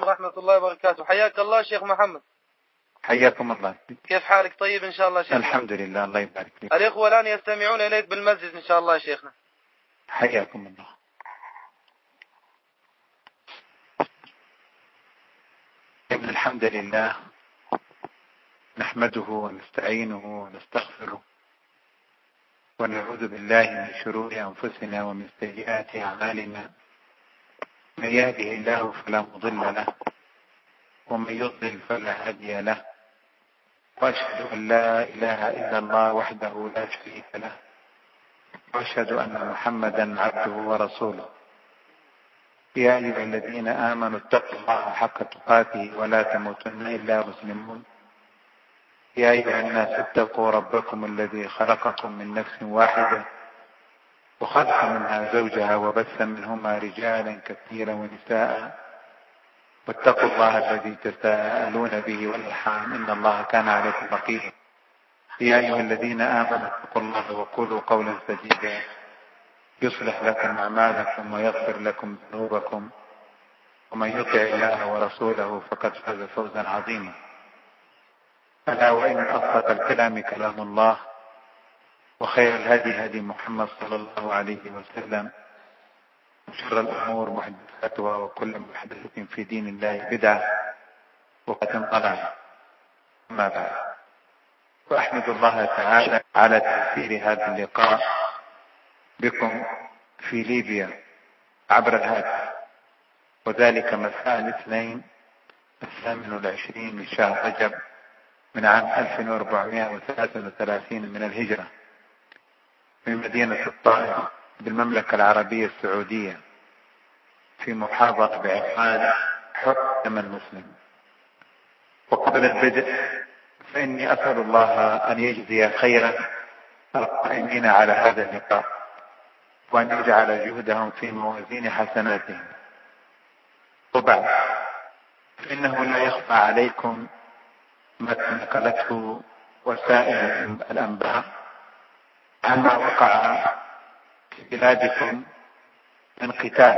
السلام ورحمة الله وبركاته. حياك الله شيخ محمد. حياكم الله. كيف حالك؟ طيب إن شاء الله شيخنا. الحمد لله، الله يبارك فيك. الإخوة الآن يستمعون إليك بالمسجد إن شاء الله شيخنا. حياكم الله. إن الحمد لله نحمده ونستعينه ونستغفره ونعوذ بالله من شرور أنفسنا ومن سيئات أعمالنا. من يهده الله فلا مضل له ومن يضلل فلا هادي له، وأشهد أن لا إله إلا الله وحده لا شريك له، وأشهد أن محمدا عبده ورسوله. يا أيها الذين آمنوا اتقوا الله حق تقاته ولا تموتن إلا مسلمون. يا أيها الناس اتقوا ربكم الذي خلقكم من نفس واحدة وخلق منها زوجها وبث منهما رجالا كثيرا ونساء، واتقوا الله الذي تساءلون به والأرحام إن الله كان عليكم رقيبا. يا أيها الذين آمنوا اتقوا الله وقولوا قولا سديدا يصلح لكم أعمالكم ويغفر لكم ذنوبكم، ومن يطع الله ورسوله فقد فاز فوزا عظيما. ألا وإن أصدق الكلام كلام الله، وخير الهدي هدي محمد صلى الله عليه وسلم، وشر الأمور محدثاتها وكل محدثة في دين الله بدعة وقد ضلالة. أما بعد، وأحمد الله تعالى على تأثير هذا اللقاء بكم في ليبيا عبر الهاتف، وذلك مساء الاثنين 28 من شهر رجب من عام 1433 من الهجرة، من مدينة الطائف بالمملكة العربية السعودية، في محاضرة بعنوان حكم المسلم. وقبل البدء فإني أسأل الله أن يجزي خيرا القائمين على هذا اللقاء، وأن يجعل جهدهم في موازين حسناتهم. وبعد، فإنه لا يخفى عليكم ما نقلته وسائل الأنباء عما وقع في بلادكم من قتال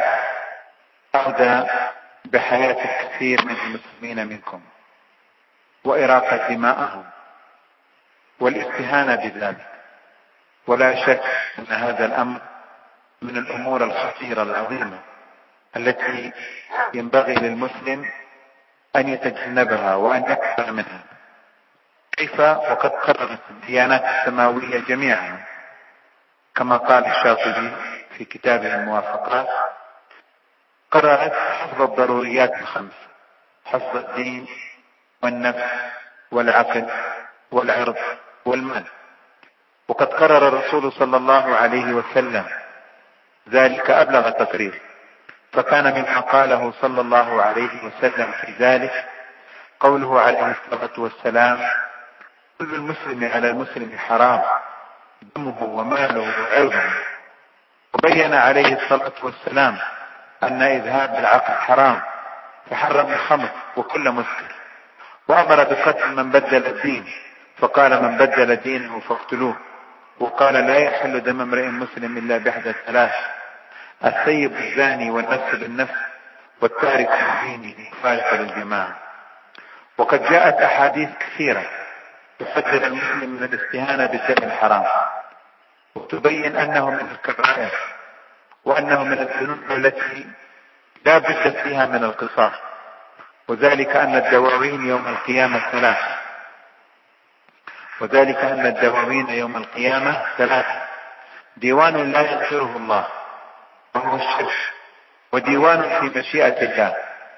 أودى بحياة الكثير من المسلمين منكم، وإراقة دماءهم والاستهانة بذلك. ولا شك أن هذا الأمر من الأمور الخطيرة العظيمة التي ينبغي للمسلم أن يتجنبها وأن يكفر منها. كيف وقد قررت الديانات السماوية جميعا، كما قال الشاطبي في كتابه الموافقات، قررت حفظ الضروريات الخمس: حفظ الدين والنفس والعقل والعرض والمال. وقد قرر الرسول صلى الله عليه وسلم ذلك أبلغ تقرير، فكان مما قاله صلى الله عليه وسلم في ذلك قوله عليه الصلاة والسلام: كل المسلم على المسلم حرام، دمه وماله وعرضه. وبين عليه الصلاة والسلام أن إذهاب العقل حرام، فحرم الخمر وكل مسكر، وأمر بقتل من بدل الدين، فقال: من بدل دينه فاقتلوه. وقال: لا يحل دم امرئ مسلم إلا بإحدى ثلاث: السيب الزاني والنفس بالنفس والتارك لدينه فارق للجماعة. وقد جاءت أحاديث كثيرة تحذر المسلم من الاستهانة بالدم الحرام، وتبين أنه من الكبائر، وأنه من الذنوب التي لا بد فيها من القصاص. وذلك أن الدواوين يوم القيامة ثلاثة: ديوان لا يغفره الله وهو الشرك، وديوان في مشيئة الله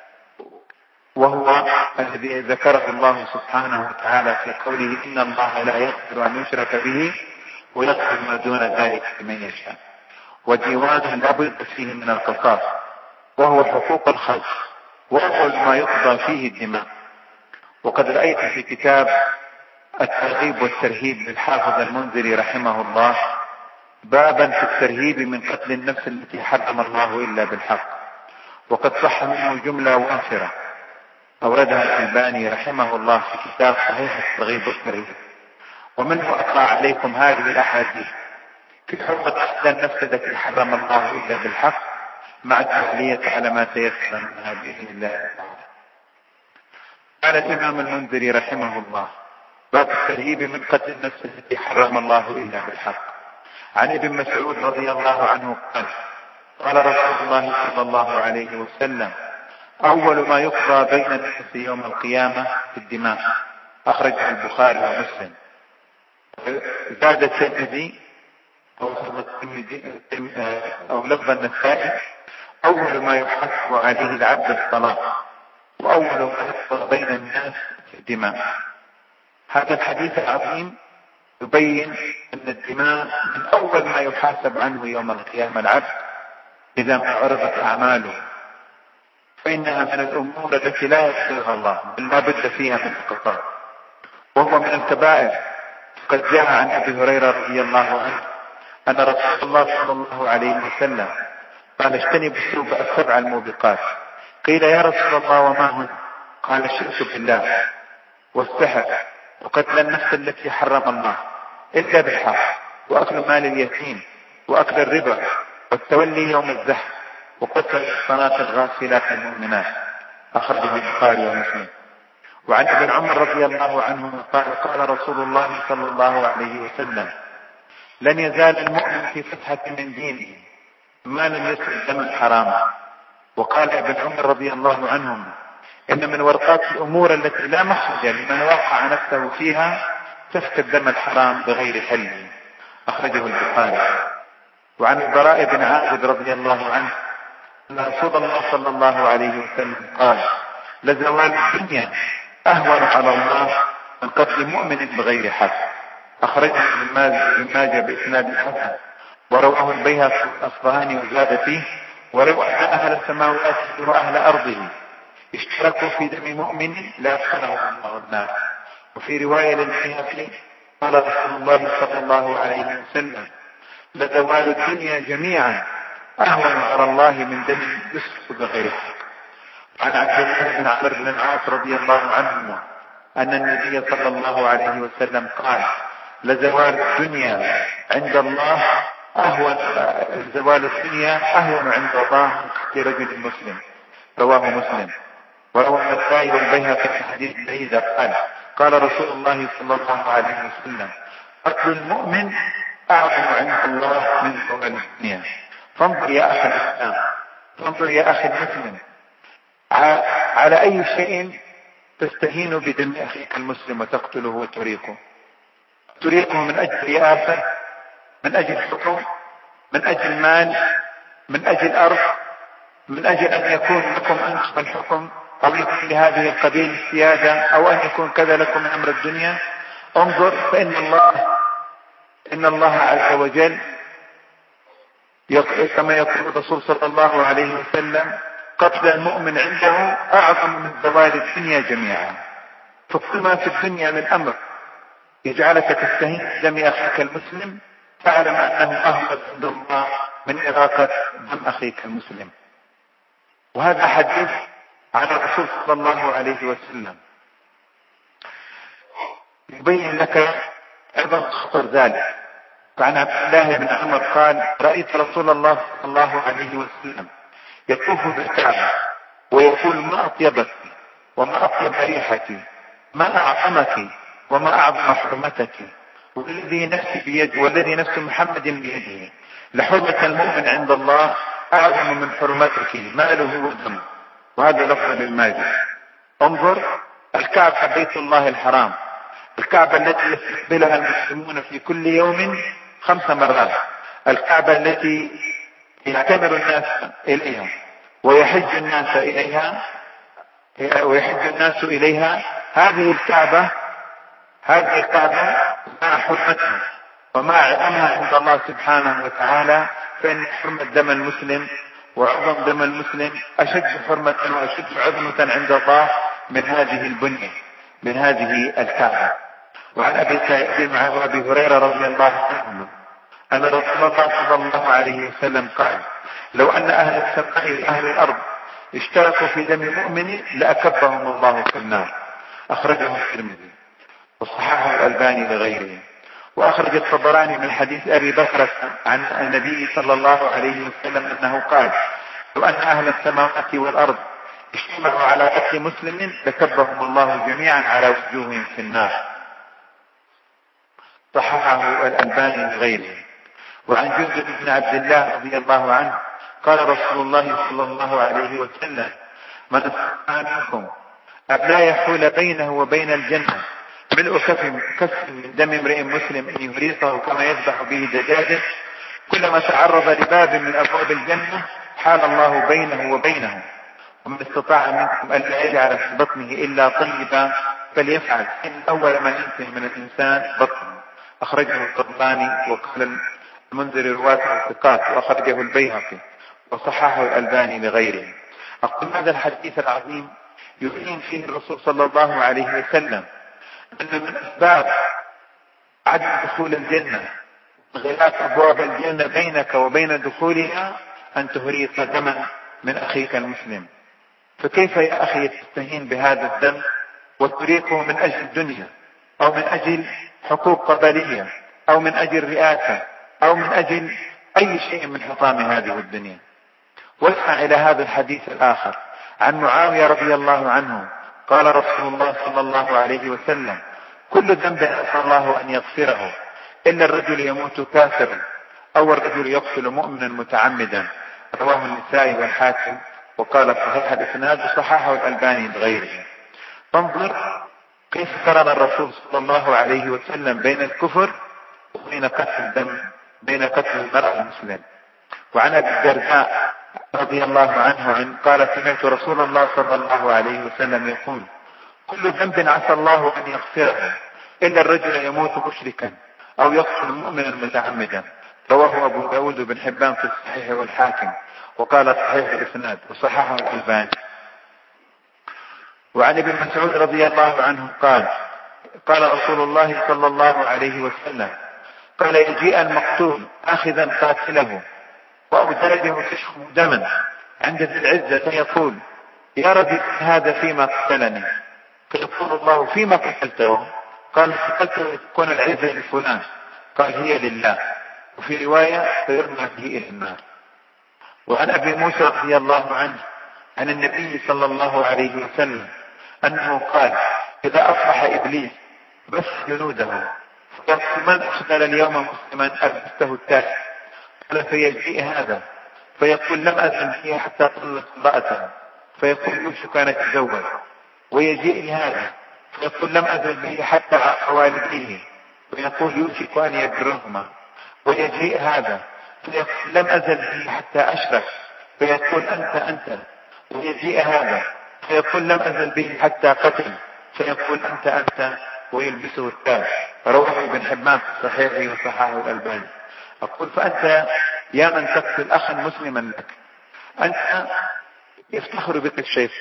وهو الذي ذكره الله سبحانه وتعالى في قوله: إن الله لا يغفر أن يشرك به ويغفر ما دون ذلك لمن يشاء. وديوان لا بد فيه من القصاص، وهو حقوق الخلق، وأول ما يقضى فيه الدماء. وقد رأيت في كتاب الترغيب والترهيب للحافظ المنذري رحمه الله بابا في الترهيب من قتل النفس التي حرم الله إلا بالحق، وقد صح منه جملة وافرة أوردها الألباني رحمه الله في كتاب صحيح الترغيب والترهيب. ومنه أقرأ عليكم هذه الأحاديث في حرمة قتل النفس التي حرم الله إلا بالحق، مع التعلية على ما تيسر منها بإذن الله. قال الإمام المنذري رحمه الله: باب الترهيب من قتل النفس التي حرم الله إلا بالحق. عن ابن مسعود رضي الله عنه قال: قال رسول الله صلى الله عليه وسلم: أول ما يقضى بين الناس يوم القيامة في الدماء. أخرجه البخاري ومسلم. زاد الترمذي أو لفظ النسائي: أول ما يحاسب عليه العبد الصلاة، وأول ما يقضى بين الناس في الدماء. هذا الحديث العظيم يبين أن الدماء من أول ما يحاسب عنه يوم القيامة العبد إذا ما عرضت أعماله، فإنها من الأمور التي لا يغفرها الله بل لا بد فيها من القضاء، وهو من الكبائر. قد جاء عن أبي هريرة رضي الله عنه أن رسول الله صلى الله عليه وسلم قال: اجتنبوا السبع الموبقات. قيل: يا رسول الله وما هن؟ قال: الشرك بالله، والسحر، وقتل النفس التي حرم الله إلا بالحق، وأكل مال اليتيم، وأكل الربا، والتولي يوم الزحف، وقتل الصلاة الغافلات المؤمنات. أخرجه البخاري ومسلم. وعن ابن عمر رضي الله عنهما قال: قال رسول الله صلى الله عليه وسلم: لن يزال المؤمن في فتحة من دينه ما لم يسرق دما حراما. وقال ابن عمر رضي الله عنهما: إن من ورقات الأمور التي لا مخرج لمن وقع نفسه فيها سفك الدم الحرام بغير حل. أخرجه البخاري. وعن البراء بن عازب رضي الله عنه أن رسول الله صلى الله عليه وسلم قال: لزوال الدنيا أهون على الله من قتل مؤمن بغير حق. أخرجه ابن ماجه بإسناد حسن، ورواه البيهقي الأصبهاني وزاد فيه: ولو أن أهل السماوات وأهل أرضه اشتركوا في دم مؤمن لأدخلهم الله النار. وفي رواية للبيهقي قال رسول الله صلى الله عليه وسلم: لزوال الدنيا جميعا أهون على الله من دم يسفك بغير حق. عن عبد الله بن عمرو بن العاص رضي الله عنهما أن النبي صلى الله عليه وسلم قال: لزوال الدنيا عند الله زوال الدنيا أهون عند الله لرجل مسلم. رواه مسلم. وروى النسائي والبيهقي في حديث بعيد قال: قال رسول الله صلى الله عليه وسلم: قتل المؤمن أعظم عند الله من زوال الدنيا. فانظر يا أخي الإسلام، فانظر يا أخي المسلم، على أي شيء تستهين بدم أخيك المسلم وتقتله وتريقه من أجل رئاسة، من أجل حكم، من أجل مال، من أجل أرض، من أجل أن يكون لكم أنتم الحكم، أو يكون لهذه القبيلة السيادة، أو أن يكون كذا لكم من أمر الدنيا. انظر، فإن الله عز وجل كما يقول الرسول صلى الله عليه وسلم: قتل المؤمن عنده أعظم من زوال الدنيا جميعا. فكل ما في الدنيا من أمر يجعلك تستهين بدم أخيك المسلم فاعلم أنه أهون عند الله من إراقة دم أخيك المسلم. وهذا حديث عن الرسول صلى الله عليه وسلم يبين لك عظم خطر ذلك. فعن عبد الله بن عمر قال: رأيت رسول الله صلى الله عليه وسلم يطوف بالكعبة ويقول: ما أطيبك وما أطيب ريحتي، ما أعظمك وما أعظم حرمتك، والذي نفس محمد بيده، لحرمة المؤمن عند الله أعظم من حرمتك ماله ودمه. وهذا لفظ للماجد. انظر، الكعبة بيت الله الحرام، الكعبة التي يستقبلها المسلمون في كل يوم 5 مرات، الكعبة التي يعتمر الناس إليها ويحج الناس إليها. هذه الكعبة مع حرمتها ومع عظمها عند الله سبحانه وتعالى، فإن حرمة دم المسلم وعظم دم المسلم أشد حرمة وأشد عظمة عند الله من هذه البنية، من هذه الكعبة. وعن أبي هريرة رضي الله عنه أن رسول الله صلى الله عليه وسلم قال: لو أن أهل السماء وأهل الأرض اشتركوا في دم مؤمن لأكبهم الله في النار. أخرجه الترمذي وصححه الألباني لغيره. وأخرج الطبراني من حديث أبي بكر عن النبي صلى الله عليه وسلم أنه قال: لو أن أهل السماوات والأرض اجتمعوا على قتل مسلم فكبهم الله جميعا على وجوههم في النار. صححه الألباني لغيره. وعن جندب بن عبد الله رضي الله عنه قال رسول الله صلى الله عليه وسلم: من استطاع منكم أن لا يحول بينه وبين الجنة ملء كف من دم امرئ مسلم أن يهريقه كما يذبح به دجاجه، كلما تعرض لباب من أبواب الجنة حال الله بينه وبينه. ومن استطاع منكم أن لا يجعل في بطنه إلا طيبا فليفعل، إن أول ما ينتهي من الإنسان بطنه. أخرجه الطبراني وقال المنذر رواته ثقات، وأخرجه البيهقي وصححه الألباني لغيره. أقول هذا الحديث العظيم يبين فيه الرسول صلى الله عليه وسلم أن من أسباب عدم دخول الجنة غلاف أبواب الجنة بينك وبين دخولها أن تهريق دما من أخيك المسلم. فكيف يا أخي تستهين بهذا الدم وتريقه من أجل الدنيا، أو من أجل حقوق قبلية، أو من أجل رئاسة، أو من أجل أي شيء من حطام هذه الدنيا؟ واسمع إلى هذا الحديث الآخر عن معاوية رضي الله عنه قال رسول الله صلى الله عليه وسلم: كل ذنب أسأل الله أن يغفره إلا الرجل يموت كافرا أو الرجل يقتل مؤمنا متعمدا. رواه النسائي والحاكم وقال صحيح الإسناد وصححه الألباني بغيره. فانظر كيف قرن الرسول صلى الله عليه وسلم بين الكفر وبين قتل الدم، بين قتل المرء المسلم. وعن أبي الدرداء رضي الله عنه قال: سمعت رسول الله صلى الله عليه وسلم يقول: كل ذنب عسى الله أن يغفره إلا الرجل يموت مشركا أو يقتل مؤمنا متعمدا. رواه أبو داود بن حبان في الصحيح والحاكم وقال صحيح الإسناد وصححه الألباني. وعن ابن مسعود رضي الله عنه قال رسول الله صلى الله عليه وسلم: قال: يجيء المقتول آخذا قاتله وأوتاده تشخم دما عند ذي العزة فيقول: يا رب هذا فيما قتلني. فيقول الله: فيما قتلته؟ قال: قتلته تكون العزة لفلان. قال: هي لله. وفي رواية: فيرمى به إلى النار. وعن أبي موسى رضي الله عنه عن النبي صلى الله عليه وسلم أنه قال: إذا أصبح إبليس بس جنوده فيقول: من أقتل اليوم مسلما ألبسته التاج. قال: فيجيء هذا فيقول: لم أزل به حتى طلت امرأته، فيقول: يوشك أن أتزوج. ويجيء هذا فيقول: لم أزل به حتى عق والديه، فيقول: يوشك أن يبرهما. ويجيء هذا فيقول: لم أزل به حتى أشرك، فيقول: أنت. ويجيء هذا فيقول: لم أزل به حتى قتل، فيقول: أنت، ويلبسه التاج. رواه ابن حبان في صحيحه وصححه الألباني. أقول: فأنت يا من تقتل أخا مسلما لك، أنت يفتخر بك الشيطان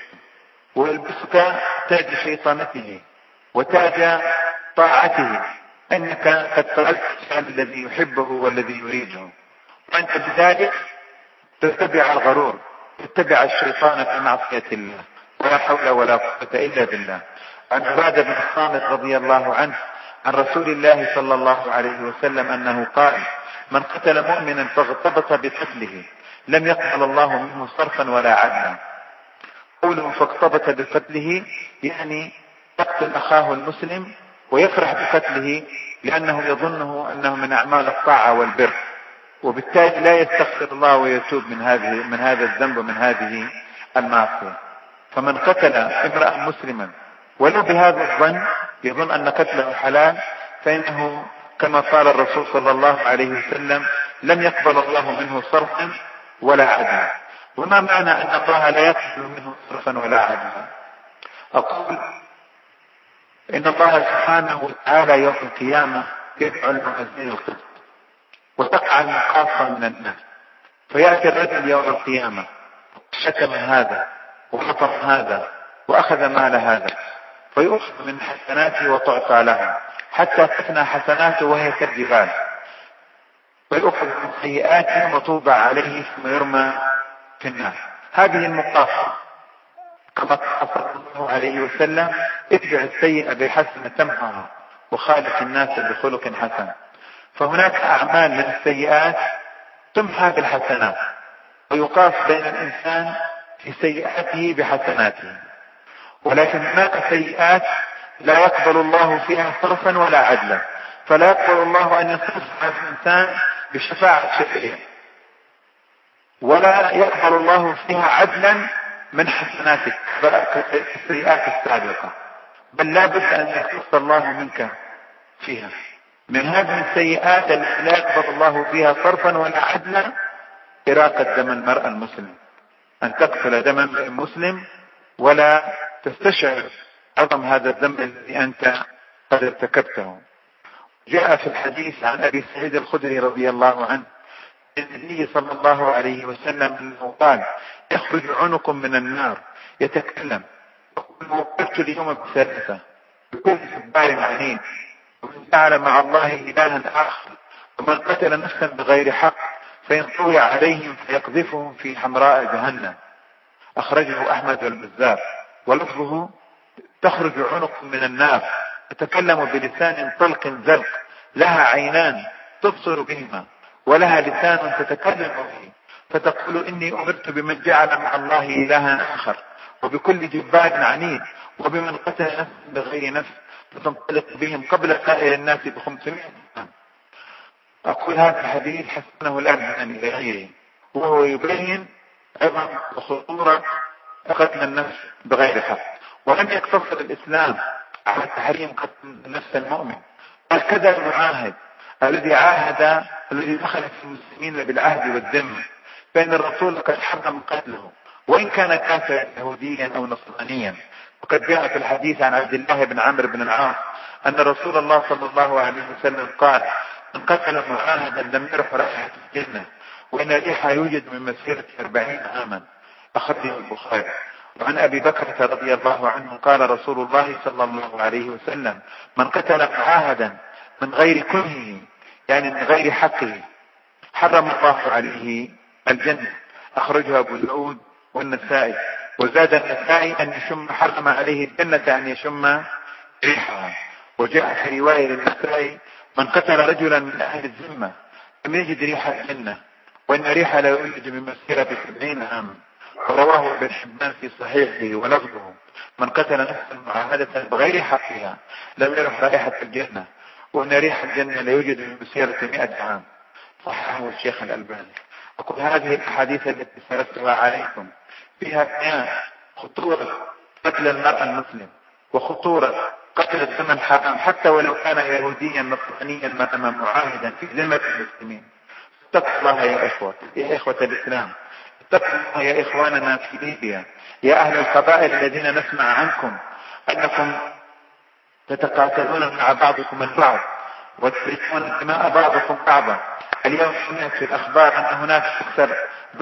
ويلبسك تاج شيطانته وتاج طاعته، أنك قد فعلت الشيء الذي يحبه والذي يريده، وأنت بذلك تتبع الغرور، تتبع الشيطان في معصية الله. ولا حول ولا قوة إلا بالله. عن عبادة بن الصامت رضي الله عنه عن رسول الله صلى الله عليه وسلم أنه قال: من قتل مؤمنا فاغتبط بقتله لم يقبل الله منه صرفا ولا عدلا. قوله فاغتبط بقتله يعني يقتل أخاه المسلم ويفرح بقتله لأنه يظنه أنه من أعمال الطاعة والبر، وبالتالي لا يستغفر الله ويتوب من هذا الذنب ومن هذه المعصية. فمن قتل امرأ مسلما ولو بهذا الظن يظن أن قتله حلال، فإنه كما قال الرسول صلى الله عليه وسلم: لم يقبل الله منه صرفا ولا عدلا. وما معنى أن الله لا يقبل منه صرفا ولا عدلا؟ أقول: إن الله سبحانه وتعالى يوم القيامة يدعو الموازين القسط وتقع المقاصة من الناس، فيأتي الرجل يوم القيامة شتم هذا وحطم هذا وأخذ مال هذا، فيؤخذ من حسناته وتعطى له حتى تفنى حسناته وهي كالجبال، ويؤخذ من سيئاته وتوضع عليه ثم يرمى في النار. هذه المقاصة كما قال صلى الله عليه وسلم: اتبع السيئة بالحسنة تمحها وخالق الناس بخلق حسن. فهناك أعمال من السيئات تمحى بالحسنات، ويقاس بين الإنسان في سيئاته بحسناته، ولكن هناك سيئات لا يقبل الله فيها صرفا ولا عدلا، فلا يقبل الله أن يصرف هذا الإنسان بشفاعة شفيع، ولا يقبل الله فيها عدلا من حسناتك السيئات السابقة، بل لا بد أن يخص الله منك فيها. من هذه السيئات التي لا يقبل الله فيها صرفا ولا عدلا إراقة دم المرء المسلم، أن تقتل دم المرء المسلم ولا تستشعر عظم هذا الذنب الذي أنت قد ارتكبته. جاء في الحديث عن أبي سعيد الخدري رضي الله عنه النبي صلى الله عليه وسلم أنه قال: يخرج عنق من النار يتكلم يقول: وقفت اليوم بثلاثة بكل جبار عنيد، ومن جعل مع الله إلها آخر، ومن قتل نفسا بغير حق، فإن طوي عليهم فيقذفهم في حمراء جهنم. أخرجه أحمد والبزار. ولفظه: تخرج عنق من النار تتكلم بلسان طلق زلق، لها عينان تبصر بهما، ولها لسان تتكلم به، فتقول: إني أمرت بمن جعل مع الله إلها آخر، وبكل جبار عنيد، وبمن قتل نفسا بغير نفس، فتنطلق بهم قبل سائر الناس ب500 عام. أقول هذا الحديث حسنه الألباني إلى غيره، وهو يبين عظم وخطورة قتل النفس بغير حق. ولم يقتصر الإسلام على تحريم قتل النفس المؤمن، بل كذا المعاهد الذي دخل في المسلمين بالعهد والذمة، فإن الرسول قد حرم قتله وإن كان كافرا يهوديا أو نصرانيا. وقد جاء في الحديث عن عبد الله بن عمرو بن العاص أن رسول الله صلى الله عليه وسلم قال: من قتل معاهدا لم يرح رائحة الجنة، وإن ريحها يوجد من مسيرة 40 عاما. أخرجه البخاري. وعن أبي بكر رضي الله عنه قال رسول الله صلى الله عليه وسلم: من قتل معاهدا من غير كرهه، يعني من غير حقه، حرم الله عليه الجنة. أخرجها أبو داود والنسائي. وزاد النسائي أن يشم حرم عليه الجنة أن يشم ريحها. وجاء في رواية للنسائي: من قتل رجلا من أهل الذمة لم يجد ريح الجنة، وإن ريحها لا يوجد من مسيرة 70 عاما. ورواه ابن حبان في صحيحه ولفظه: من قتل نفسا معاهدة بغير حقها لم يرح رائحة الجنة، وإن ريح الجنة لا يوجد من مسيرة 100 عام. صححه الشيخ الألباني. أقول هذه الأحاديث التي سردتها عليكم فيها بيان خطورة قتل المرء المسلم، وخطورة قتل الدم الحرام حتى ولو كان يهوديا نصرانيا معاهدا في ذمة المسلمين. اتقوا الله يا إخوة الإسلام، اتقوا الله يا إخواننا في ليبيا، يا أهل القبائل الذين نسمع عنكم أنكم تتقاتلون مع بعضكم البعض وتسفكون دماء بعضكم بعضا. اليوم سمعت في الأخبار أن هناك أكثر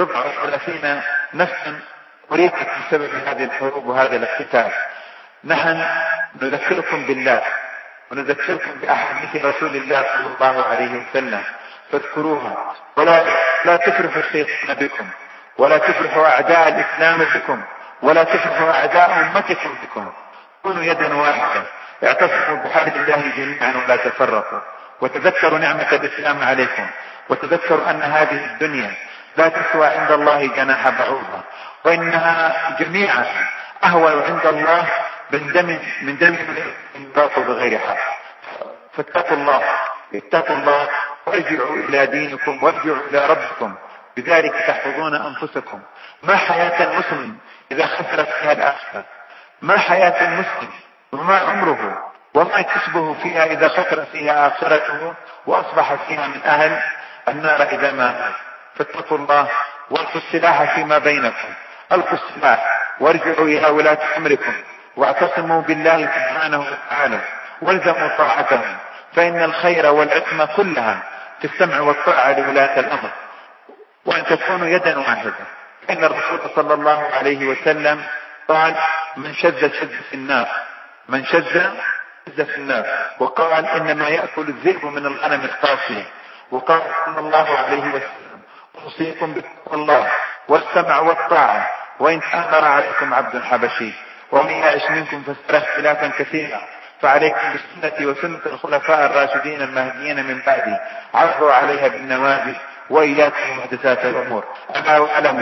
37 نفسا أريدت بسبب هذه الحروب وهذا الاقتتال. نحن نذكركم بالله ونذكركم بأحاديث رسول الله صلى الله عليه وسلم، فاذكروها، ولا تفرحوا الشيطان بكم، ولا تفرحوا أعداء الإسلام بكم، ولا تفرحوا أعداء أمتكم بكم. كونوا يدا واحدة، اعتصموا بحبل الله جميعا ولا تفرقوا، وتذكروا نعمة الإسلام عليكم، وتذكروا أن هذه الدنيا لا تسوى عند الله جناح بعوضة، وإنها جميعا أهون عند الله من دم يراق بغير حق. فاتقوا الله وارجعوا إلى دينكم وارجعوا إلى ربكم، بذلك تحفظون أنفسكم. ما حياة المسلم إذا خسرت فيها الآخرة؟ ما حياة المسلم وما عمره وما كسبه فيها إذا خسر فيها آخرته وأصبح فيها من أهل النار إذا مات؟ فاتقوا الله والقوا السلاح فيما بينكم، ألقوا السلاح وارجعوا إلى ولاة أمركم، واعتصموا بالله سبحانه وتعالى والزموا طاعتهم، فإن الخير والعصمة كلها في السمع والطاعة لولاة الأمر، وأن تكونوا يدا واحدة. فإن الرسول صلى الله عليه وسلم قال: من شذ في النار، من شذ في النار. وقال: إنما يأكل الذئب من الغنم القاسية. وقال صلى الله عليه وسلم: أوصيكم بتقوى الله والسمع والطاعة، وإن تأمر عليكم عبد حبشي، ومن يعش منكم فسيرى اختلافا كثيرا، فعليكم بسنتي وسنة الخلفاء الراشدين المهديين من بعدي، عضوا عليها بالنواجذ، وإياكم محدثات الأمور. ألا واعلموا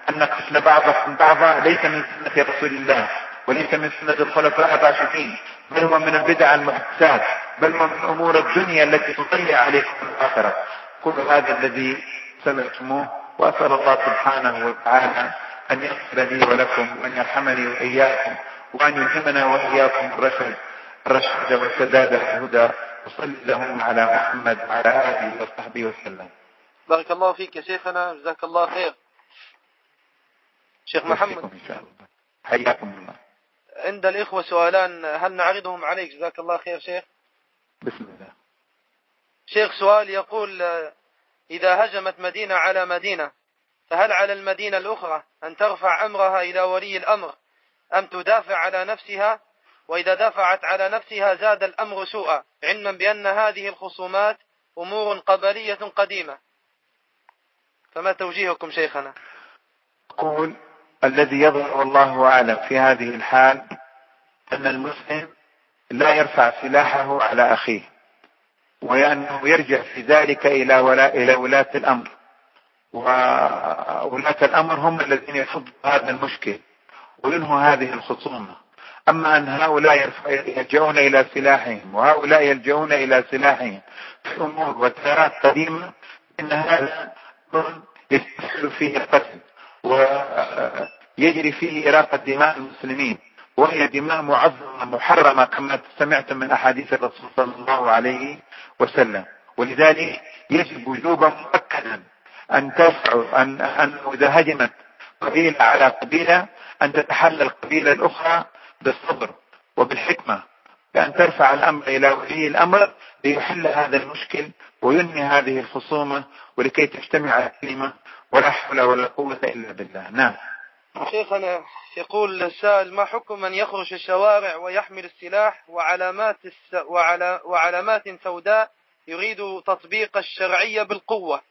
أن قتل بعضكم بعضا ليس من سنة رسول الله وليس من سنة الخلفاء الراشدين، بل هو من البدع المحدثات، بل هو من أمور الدنيا التي تضيع عليكم الآخرة. كل هذا الذي سمعتموه، وأسأل الله سبحانه وتعالى أن يغفر لي ولكم وأن يرحمني وإياكم وأن يلهمنا وإياكم الرشد والسداد والهدى. وصل اللهم على محمد وعلى آله وصحبه وسلم. بارك الله فيك يا شيخنا، جزاك الله خير. شيخ محمد إن شاء الله. حياكم الله. عند الإخوة سؤالان، هل نعرضهم عليك؟ جزاك الله خير شيخ. بسم الله. شيخ سؤال يقول: إذا هجمت مدينة على مدينة، فهل على المدينة الأخرى أن ترفع أمرها إلى ولي الأمر أم تدافع على نفسها؟ وإذا دافعت على نفسها زاد الأمر سوءا، علما بأن هذه الخصومات أمور قبلية قديمة، فما توجيهكم شيخنا؟ أقول الذي يظهر الله أعلم في هذه الحال أن المسلم لا يرفع سلاحه على أخيه، وأنه يرجع في ذلك إلى ولاة الأمر، وولاة الأمر هم الذين يفضوا هذا المشكل وينهوا هذه الخصومة. أما أن هؤلاء يلجؤون إلى سلاحهم وهؤلاء يلجؤون إلى سلاحهم في أمور وتيارات قديمة، إن هذا يستحل فيه القتل ويجري فيه إراقة دماء المسلمين، وهي دماء معظمة محرمة كما سمعتم من أحاديث الرسول صلى الله عليه وسلم. ولذلك يجب وجوبا مؤكدا أن تدفعوا أن إذا هجمت قبيلة على قبيلة أن تتحلى القبيلة الأخرى بالصبر وبالحكمة، بأن ترفع الأمر إلى ولي الأمر ليحل هذا المشكل وينهي هذه الخصومة ولكي تجتمع الكلمة، ولا حول ولا قوة إلا بالله. نعم. شيخنا يقول السائل: ما حكم من يخرج الشوارع ويحمل السلاح وعلامات سوداء يريد تطبيق الشرعية بالقوة؟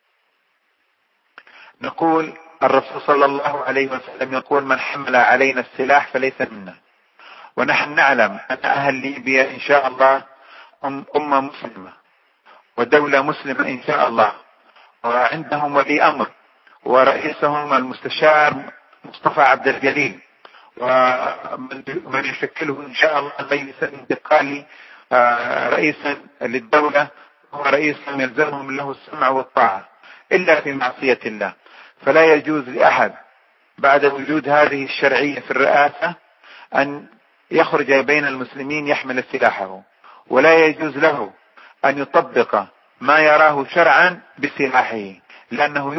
نقول الرسول صلى الله عليه وسلم يقول: من حمل علينا السلاح فليس منا. ونحن نعلم أن أهل ليبيا إن شاء الله أمة مسلمة ودولة مسلمة إن شاء الله، وعندهم ولي أمر ورئيسهم المستشار مصطفى عبد الجليل، ومن يشكله إن شاء الله المجلس الانتقالي رئيسا للدولة، هو رئيس يلزمهم له السمع والطاعة إلا في معصية الله. فلا يجوز لأحد بعد وجود هذه الشرعية في الرئاسة أن يخرج بين المسلمين يحمل سلاحه، ولا يجوز له أن يطبق ما يراه شرعا بسلاحه، لأنه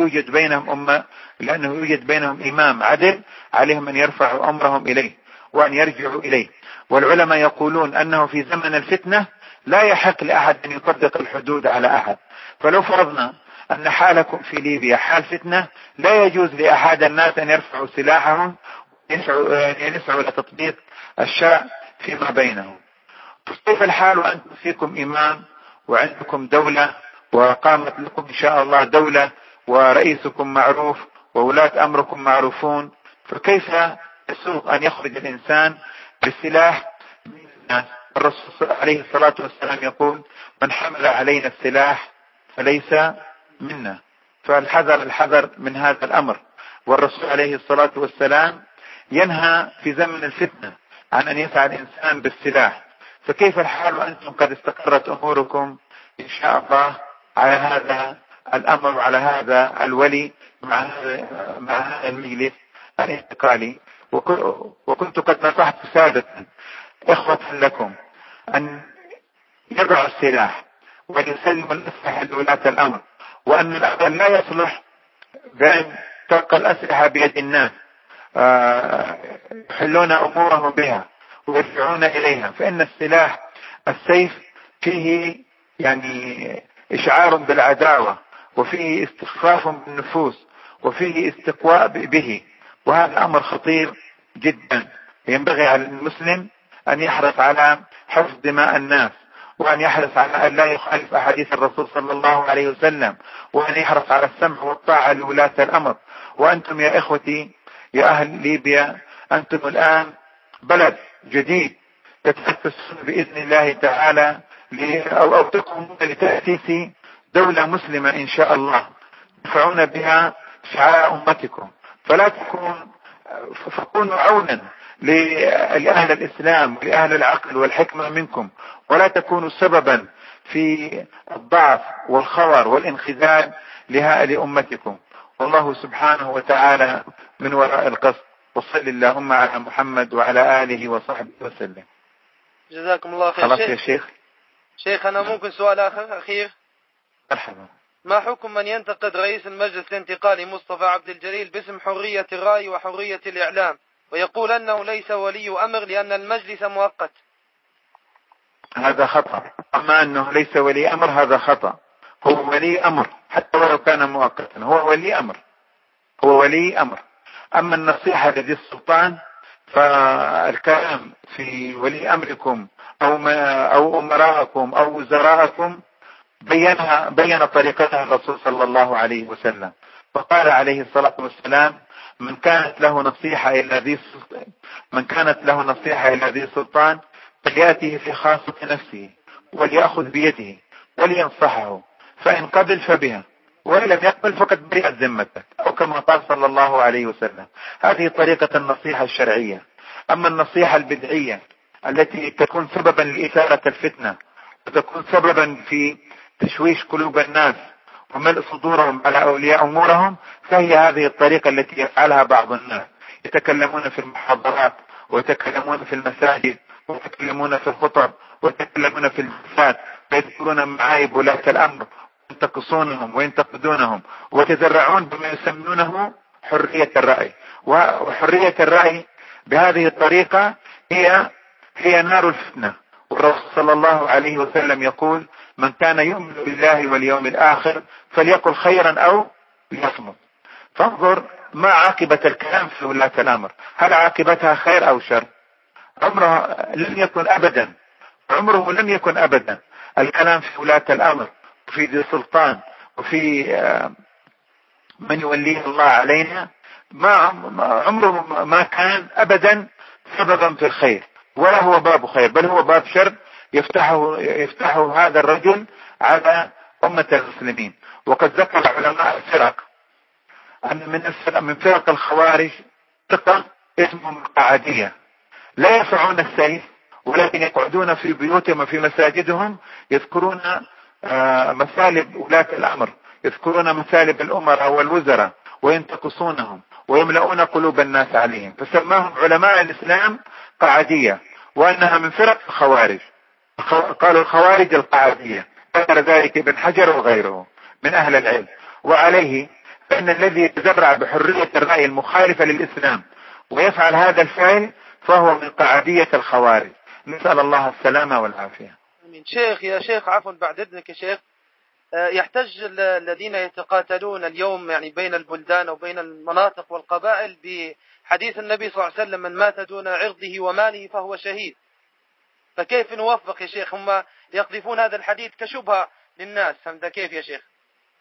يوجد بينهم إمام عدل عليهم أن يرفعوا أمرهم إليه وأن يرجعوا إليه. والعلماء يقولون أنه في زمن الفتنة لا يحق لأحد أن يطبق الحدود على أحد. فلو فرضنا أن حالكم في ليبيا حال فتنة، لا يجوز لأحد الناس أن يرفعوا سلاحهم يسعوا لتطبيق الشرع فيما بينهم. كيف الحال وأنتم فيكم إمام وعندكم دولة وقامت لكم إن شاء الله دولة ورئيسكم معروف وولاة أمركم معروفون؟ فكيف يسوق أن يخرج الإنسان بالسلاح من الناس؟ الرسول عليه الصلاة والسلام يقول: من حمل علينا السلاح فليس منا. الحذر من هذا الأمر. والرسول عليه الصلاة والسلام ينهى في زمن الفتنة عن أن يسعى الإنسان بالسلاح. فكيف الحال وأنتم قد استقرت أموركم إن شاء الله على هذا الأمر وعلى هذا الولي مع هذا المجلس الانتقالي؟ وكنت قد نصحت سابقا إخوة لكم أن يضعوا السلاح وأن يسلموا الأسلحة لولاة الأمر، وأن الأمر لا يصلح بأن تبقى الأسلحة بيد الناس يحلون أمورهم بها ويرجعون إليها. فإن السيف فيه يعني إشعار بالعداوة، وفيه استخفاف بالنفوس، وفيه استقواء به، وهذا أمر خطير جدا. ينبغي على المسلم أن يحرص على حفظ دماء الناس، وأن يحرص على أن لا يخالف أحاديث الرسول صلى الله عليه وسلم، وأن يحرص على السمع والطاعة لولاة الأمر. وأنتم يا إخوتي يا أهل ليبيا، أنتم الآن بلد جديد تتأسسون بإذن الله تعالى أو تقومون لتأسيس دولة مسلمة إن شاء الله ترفعون بها شعار أمتكم، فكونوا عونا لأهل الإسلام ولأهل العقل والحكمة منكم، ولا تكونوا سببا في الضعف والخور والانخذال لأمتكم. والله سبحانه وتعالى من وراء القصد. وصل اللهم على محمد وعلى آله وصحبه وسلم. جزاكم الله خير. خلاص يا شيخ. شيخ أنا ممكن سؤال أخير؟ مرحبا. ما حكم من ينتقد رئيس المجلس الانتقالي مصطفى عبد الجليل باسم حرية الرأي وحرية الإعلام، ويقول أنه ليس ولي أمر لأن المجلس مؤقت؟ هذا خطأ. أما أنه ليس ولي أمر هذا خطأ. هو ولي أمر حتى ولو كان مؤقتا، هو ولي أمر، هو ولي أمر. أما النصيحة لذي السلطان فالكلام في ولي أمركم أو أمراءكم أو وزراءكم بين طريقتها الرسول صلى الله عليه وسلم، فقال عليه الصلاة والسلام: من كانت له نصيحة إلى ذي سلطان فليأته في خاصة نفسه وليأخذ بيده ولينصحه، فإن قبل فبها وإن لم يقبل فقد برئت ذمته، أو كما قال صلى الله عليه وسلم. هذه طريقة النصيحة الشرعية. أما النصيحة البدعية التي تكون سببا لإثارة الفتنة وتكون سببا في تشويش قلوب الناس وملء صدورهم على أولياء أمورهم، فهي هذه الطريقة التي يفعلها بعض الناس. يتكلمون في المحاضرات ويتكلمون في المساجد ويتكلمون في الخطب ويتكلمون في الجلسات ويذكرون معايب ولاة الأمر وينتقصونهم وينتقدونهم ويتذرعون بما يسمونه حرية الرأي. وحرية الرأي بهذه الطريقة هي نار الفتنة. والرسول صلى الله عليه وسلم يقول: من كان يؤمن بالله واليوم الآخر فليقل خيرا أو ليصمت. فانظر ما عاقبة الكلام في ولاة الأمر، هل عاقبتها خير أو شر؟ عمره لم يكن أبدا الكلام في ولاة الأمر وفي ذي السلطان وفي من يوليه الله علينا عمره ما كان أبدا سببا في الخير، ولا هو باب خير، بل هو باب شر يفتحه هذا الرجل على أمة المسلمين. وقد ذكر علماء الفرق أن من فرق الخوارج فرقة اسمهم القعدية، لا يرفعون السيف ولكن يقعدون في بيوتهم وفي مساجدهم يذكرون مسالب ولاة الأمر، يذكرون مسالب الأمراء والوزراء وينتقصونهم ويملؤون قلوب الناس عليهم، فسماهم علماء الإسلام قعدية، وأنها من فرق الخوارج. قالوا الخوارج القعدية. ذكر ذلك ابن حجر وغيره من أهل العلم. وعليه فإن الذي يتذرع بحرية الرأي المخالفة للإسلام ويفعل هذا الفعل فهو من قعدية الخوارج. نسأل الله السلامة والعافية. أمين. يا شيخ عفوا بعد إذنك يا شيخ، يحتج الذين يتقاتلون اليوم يعني بين البلدان وبين المناطق والقبائل بحديث النبي صلى الله عليه وسلم: من مات دون عرضه وماله فهو شهيد. فكيف نوفق يا شيخ؟ هم يقذفون هذا الحديث كشبهة للناس، فهمت كيف يا شيخ؟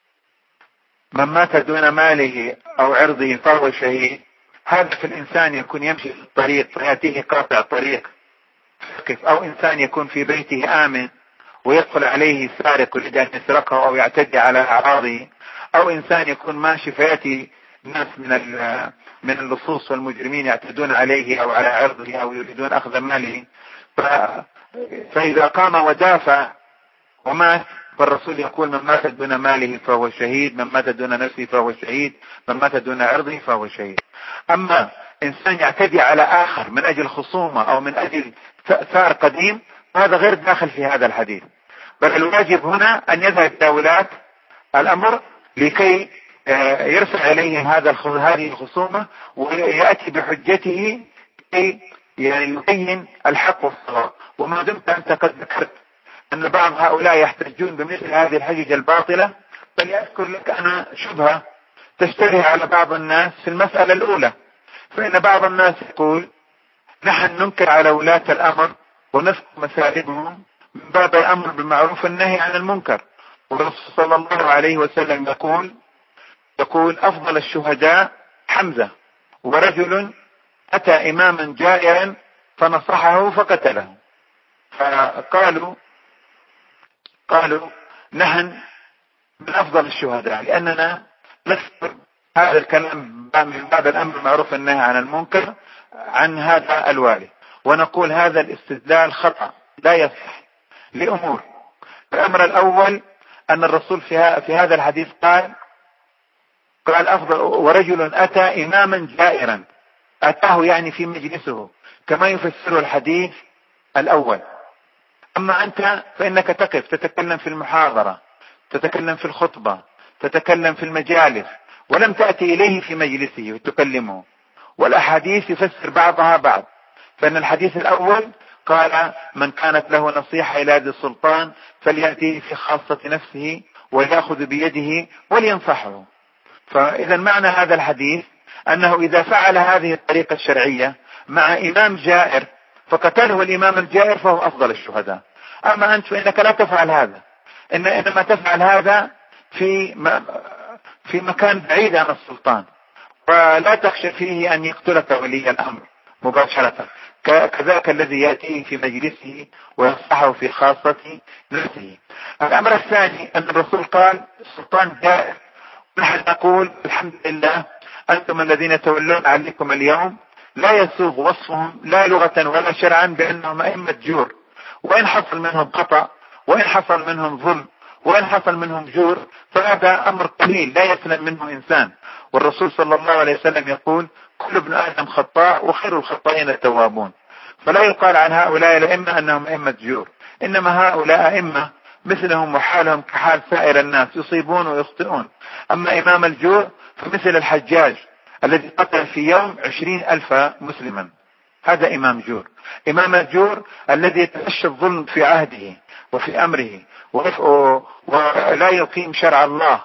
من مات دون ماله أو عرضه فهو شهيد. هذا في الإنسان يكون يمشي في الطريق فيأتيه قاطع طريق أو إنسان يكون في بيته آمن ويدخل عليه سارق يريد أن يسرقه أو يعتدي على أعراضه، أو إنسان يكون ماشي فيأتي ناس من اللصوص والمجرمين يعتدون عليه أو على عرضه أو يريدون أخذ ماله، فإذا قام ودافع ومات فالرسول يقول: من مات دون ماله فهو شهيد، من مات دون نفسه فهو شهيد، من مات دون عرضه فهو شهيد. أما إنسان يعتدي على آخر من أجل خصومة أو من أجل ثار قديم، هذا غير داخل في هذا الحديث، بل الواجب هنا أن يذهب إلى ولاة الأمر لكي يرفع إليهم هذه الخصومة ويأتي بحجته كي يبين الحق والصواب. وما دمت أنت قد ذكرت أن بعض هؤلاء يحتجون بمثل هذه الحجج الباطلة، فليذكر لك أنا شبهة تشتبه على بعض الناس في المسألة الأولى. فإن بعض الناس يقول: نحن ننكر على ولاة الأمر ونذكر مسالبهم من باب الأمر بالمعروف والنهي عن المنكر. والرسول صلى الله عليه وسلم يقول: أفضل الشهداء حمزة، ورجل أتى إماما جائرا فنصحه فقتله. قالوا نحن من أفضل الشهداء لأننا نذكر هذا الكلام من باب الأمر بالمعروف والنهي عن المنكر عن هذا الوالي. ونقول هذا الاستدلال خطأ لا يصح لأمور. الأمر الأول أن الرسول في هذا الحديث قال أفضل ورجل أتى إماما جائرا، أتاه يعني في مجلسه كما يفسر الحديث الأول. أما أنت فإنك تقف تتكلم في المحاضرة، تتكلم في الخطبة، تتكلم في المجالس، ولم تأتي إليه في مجلسه وتكلمه. والأحاديث يفسر بعضها بعض. فإن الحديث الأول قال من كانت له نصيحة إلى ذي السلطان فليأتي في خاصة نفسه وليأخذ بيده ولينصحه. فإذا معنى هذا الحديث أنه إذا فعل هذه الطريقة الشرعية مع إمام جائر فقتله الإمام الجائر فهو أفضل الشهداء. أما أنت فإنك لا تفعل هذا، إنما تفعل هذا في مكان بعيد عن السلطان، ولا تخشى فيه أن يقتلك ولي الأمر مباشرة، كذاك الذي يأتيه في مجلسه وينصحه في خاصة نفسه. الأمر الثاني أن الرسول قال السلطان جائر، نحن نقول الحمد لله أنتم الذين تولون عليكم اليوم لا يسوغ وصفهم لا لغة ولا شرعا بأنهم أئمة جور، وإن حصل منهم خطأ وإن حصل منهم ظلم وإن حصل منهم جور فهذا أمر قليل لا يسلم منه إنسان. والرسول صلى الله عليه وسلم يقول كل ابن آدم خطاء وخير الخطائين التوابون. فلا يقال عن هؤلاء الأئمة أنهم أئمة جور، إنما هؤلاء أئمة مثلهم وحالهم كحال سائر الناس يصيبون ويخطئون. أما إمام الجور فمثل الحجاج الذي قتل في يوم 20,000 مسلما، هذا إمام جور. إمام الجور الذي يتفشى الظلم في عهده وفي أمره ولا يقيم شرع الله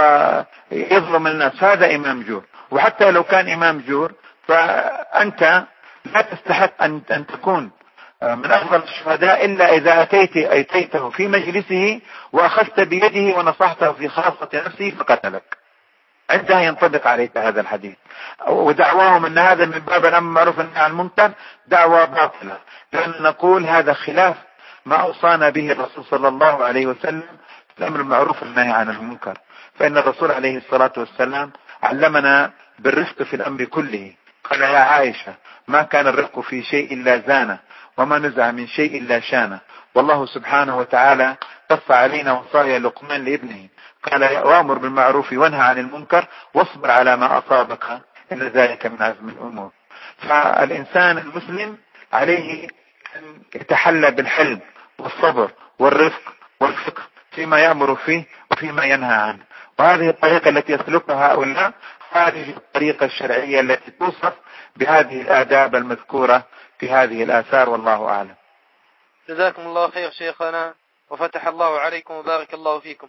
ويظلم الناس، هذا إمام جور. وحتى لو كان إمام جور فأنت لا تستحق أن تكون من أفضل الشهداء إلا إذا أتيته في مجلسه وأخذت بيده ونصحته في خاصة نفسه فقتلك، عندها ينطبق عليك هذا الحديث. ودعواهم أن هذا من باب الأمر معروف والنهي عن المنكر دعوة باطلة، لأن نقول هذا خلاف ما أوصانا به الرسول صلى الله عليه وسلم الأمر المعروف والنهي عن المنكر. فإن الرسول عليه الصلاة والسلام علمنا بالرفق في الأمر كله. قال يا عائشة ما كان الرفق في شيء إلا زانه وما نزع من شيء إلا شانه. والله سبحانه وتعالى قص علينا وصايا لقمان لابنه قال وامر بالمعروف وانهى عن المنكر واصبر على ما أصابك إن ذلك من عزم الأمور. فالإنسان المسلم عليه أن يتحلى بالحلم والصبر والرفق والفقه فيما يأمر فيه وفيما ينهى عنه. وهذه الطريقة التي يسلكها هؤلاء هذه الطريقة الشرعية التي توصف بهذه الآداب المذكورة في هذه الآثار، والله أعلم. جزاكم الله خير شيخنا وفتح الله عليكم وبارك الله فيكم.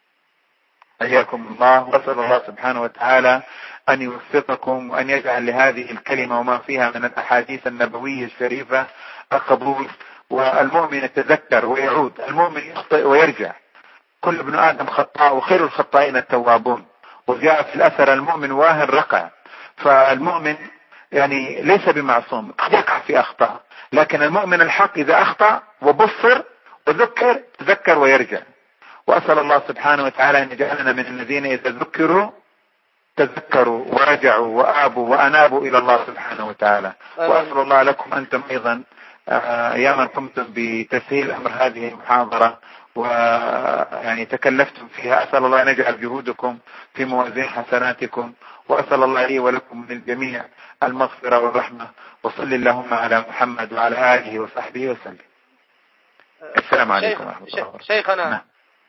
حياكم الله، وأسأل الله سبحانه وتعالى أن يوفقكم وأن يجعل لهذه الكلمة وما فيها من الأحاديث النبوية الشريفة القبول. والمؤمن يتذكر ويعود، المؤمن يخطئ ويرجع، كل ابن آدم خطاء وخير الخطائين التوابون. وجاء في الأثر المؤمن واهن رقع. فالمؤمن يعني ليس بمعصوم، قد يقع في أخطاء، لكن المؤمن الحق إذا أخطأ وبصر وذكر تذكر ويرجع. وأسأل الله سبحانه وتعالى أن يجعلنا من الذين إذا ذكروا تذكروا ورجعوا وآبوا وأنابوا إلى الله سبحانه وتعالى. وأسأل الله لكم أنتم أيضا يا من قمتم بتسهيل أمر هذه المحاضرة ويعني تكلفتم فيها، أسأل الله أن يجعل جهودكم في موازين حسناتكم، وأسأل الله لي ولكم من الجميع المغفرة والرحمة. وصل اللهم على محمد وعلى آله وصحبه وسلم. السلام عليكم ورحمة الله وبركاته. شيخنا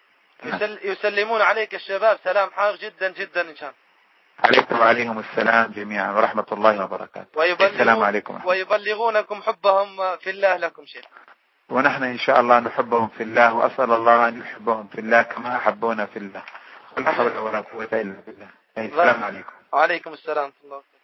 يسلمون عليك الشباب سلام حار جدا جدا إن شاء الله. عليكم وعليهم السلام جميعا ورحمة الله وبركاته. السلام عليكم. ويبلغونكم حبهم في الله لكم شيخ. ونحن إن شاء الله نحبهم في الله، وأسأل الله أن يحبهم في الله كما أحبونا في الله. ولا حول ولا قوة إلا بالله. السلام عليكم. وعليكم السلام ورحمة الله.